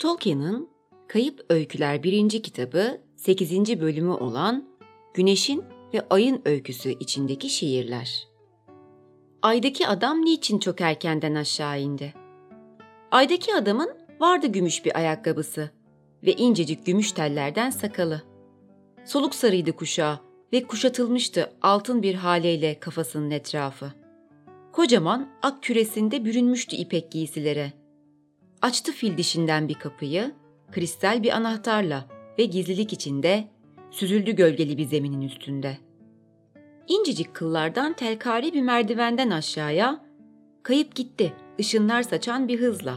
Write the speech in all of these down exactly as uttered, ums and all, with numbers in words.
Tolkien'in Kayıp Öyküler birinci kitabı sekizinci bölümü olan Güneşin ve Ayın Öyküsü içindeki şiirler. Aydaki adam niçin çok erkenden aşağı indi? Aydaki adamın vardı gümüş bir ayakkabısı ve incecik gümüş tellerden sakalı. Soluk sarıydı kuşağı ve kuşatılmıştı altın bir haleyle kafasının etrafı. Kocaman ak küresinde bürünmüştü ipek giysilere. Açtı fil dişinden bir kapıyı, kristal bir anahtarla ve gizlilik içinde süzüldü gölgeli bir zeminin üstünde. İncecik kıllardan telkari bir merdivenden aşağıya kayıp gitti ışınlar saçan bir hızla.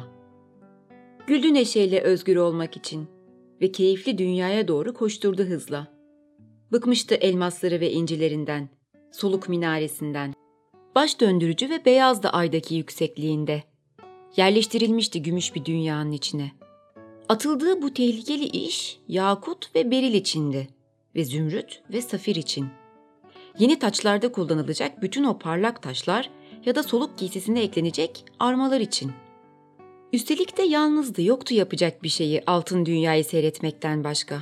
Güldü neşeyle özgür olmak için ve keyifli dünyaya doğru koşturdu hızla. Bıkmıştı elmasları ve incilerinden, soluk minaresinden. Baş döndürücü ve beyazdı aydaki yüksekliğinde. Yerleştirilmişti gümüş bir dünyanın içine. Atıldığı bu tehlikeli iş yakut ve beril içindi ve zümrüt ve safir için. Yeni taçlarda kullanılacak bütün o parlak taşlar ya da soluk giysisine eklenecek armalar için. Üstelik de yalnızdı, yoktu yapacak bir şeyi altın dünyayı seyretmekten başka.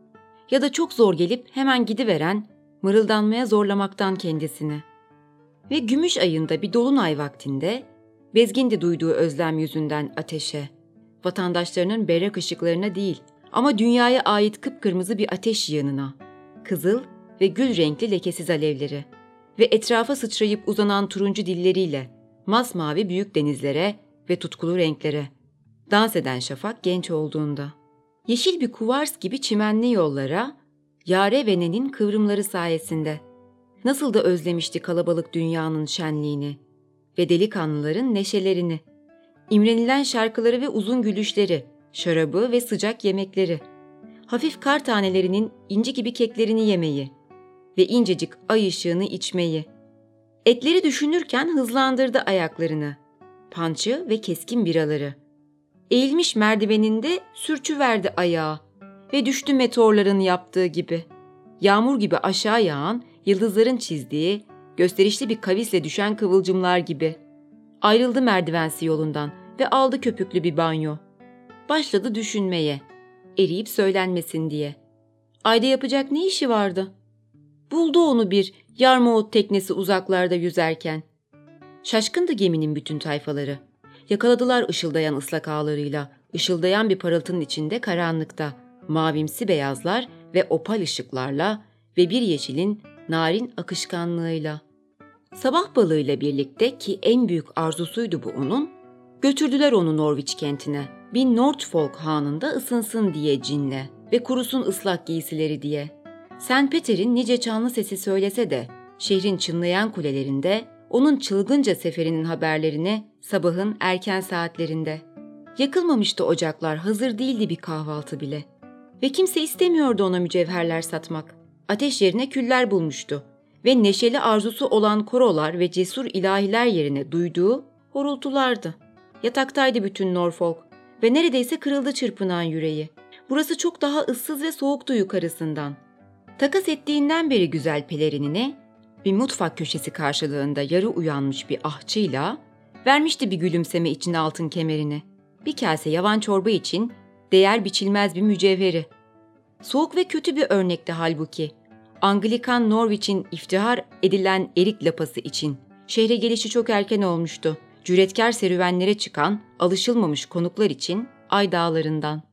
Ya da çok zor gelip hemen gidiveren, mırıldanmaya zorlamaktan kendisini. Ve gümüş ayında bir dolunay vaktinde, bezgindi duyduğu özlem yüzünden ateşe, vatandaşlarının berrak ışıklarına değil ama dünyaya ait kıpkırmızı bir ateş yığınına, kızıl ve gül renkli lekesiz alevleri ve etrafa sıçrayıp uzanan turuncu dilleriyle masmavi büyük denizlere ve tutkulu renklere, dans eden şafak genç olduğunda, yeşil bir kuvars gibi çimenli yollara, yare ve nenin kıvrımları sayesinde, nasıl da özlemişti kalabalık dünyanın şenliğini ve delikanlıların neşelerini, imrenilen şarkıları ve uzun gülüşleri, şarabı ve sıcak yemekleri, hafif kar tanelerinin inci gibi keklerini yemeyi ve incecik ay ışığını içmeyi. Etleri düşünürken hızlandırdı ayaklarını, pançı ve keskin biraları. Eğilmiş merdiveninde sürçüverdi ayağı ve düştü meteorların yaptığı gibi. Yağmur gibi aşağı yağan, yıldızların çizdiği, gösterişli bir kavisle düşen kıvılcımlar gibi. Ayrıldı merdivensi yolundan ve aldı köpüklü bir banyo. Başladı düşünmeye, eriyip söylenmesin diye. Ayda yapacak ne işi vardı? Buldu onu bir Yarmoğut teknesi uzaklarda yüzerken. Şaşkındı geminin bütün tayfaları. Yakaladılar ışıldayan ıslak ağlarıyla, ışıldayan bir parıltının içinde karanlıkta, mavimsi beyazlar ve opal ışıklarla ve bir yeşilin narin akışkanlığıyla. Sabah balığıyla birlikte ki en büyük arzusuydu bu onun, götürdüler onu Norwich kentine, bir Norfolk hanında ısınsın diye cinle ve kurusun ıslak giysileri diye. Saint Peter'in nice çanlı sesi söylese de, şehrin çınlayan kulelerinde, onun çılgınca seferinin haberlerini sabahın erken saatlerinde. Yakılmamıştı ocaklar, hazır değildi bir kahvaltı bile. Ve kimse istemiyordu ona mücevherler satmak. Ateş yerine küller bulmuştu. Ve neşeli arzusu olan korolar ve cesur ilahiler yerine duyduğu horultulardı. Yataktaydı bütün Norfolk ve neredeyse kırıldı çırpınan yüreği. Burası çok daha ıssız ve soğuktu yukarısından. Takas ettiğinden beri güzel pelerinini, bir mutfak köşesi karşılığında yarı uyanmış bir ahçıyla, vermişti bir gülümseme için altın kemerini, bir kase yavan çorba için değer biçilmez bir mücevheri. Soğuk ve kötü bir örnekti halbuki. Anglikan Norwich'in iftihar edilen erik lapası için şehre gelişi çok erken olmuştu. Cüretkar serüvenlere çıkan, alışılmamış konuklar için Ay Dağları'ndan.